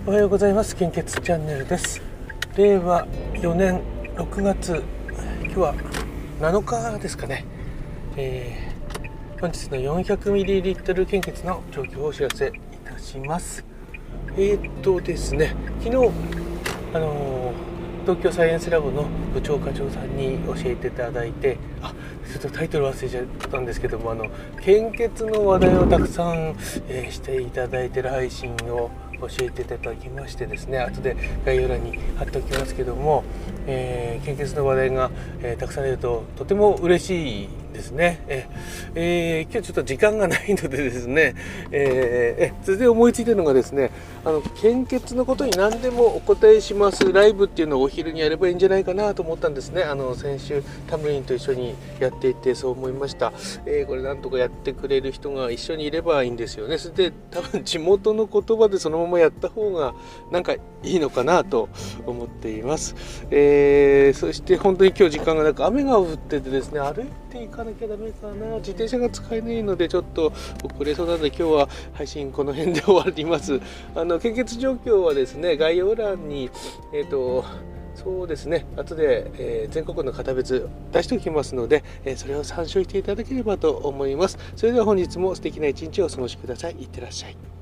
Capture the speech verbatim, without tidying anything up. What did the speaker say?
おはようございます。献血チャンネルです。れいわよねんろくがつ、今日はなのかですかね。えー、本日の よんひゃくミリリットル 献血の状況をお知らせいたします。えー、っとですね昨日あのー、東京サイエンスラボの部長課長さんに教えていただいて、あちょっとタイトル忘れちゃったんですけども、あの献血の話題をたくさん、えー、していただいている配信を教えていただきましてですね、後で概要欄に貼っておきますけども、えー、献血の話題が、えー、たくさん出るととても嬉しいですね。えーえー、今日ちょっと時間がないのでですね、えー、えそれで思いついたのがですね、あの献血のことに何でもお答えしますライブっていうのをお昼にやればいいんじゃないかなと思ったんですね。あの先週タムリンと一緒にやっていてそう思いました。えー、これなんとかやってくれる人が一緒にいればいいんですよね。それで多分地元の言葉でそのままやった方がなんかいいのかなと思っています。えー、そして本当に今日時間がなく雨が降っててですね、歩いていかなきゃダメかな、自転車が使えないのでちょっと遅れそうなので今日は配信この辺で終わります。あの献血状況はですね概要欄にえっ、ー、とそうですね後で、えー、全国の方別出しておきますので、えー、それを参照していただければと思います。それでは本日も素敵な一日をお過ごしください。いってらっしゃい。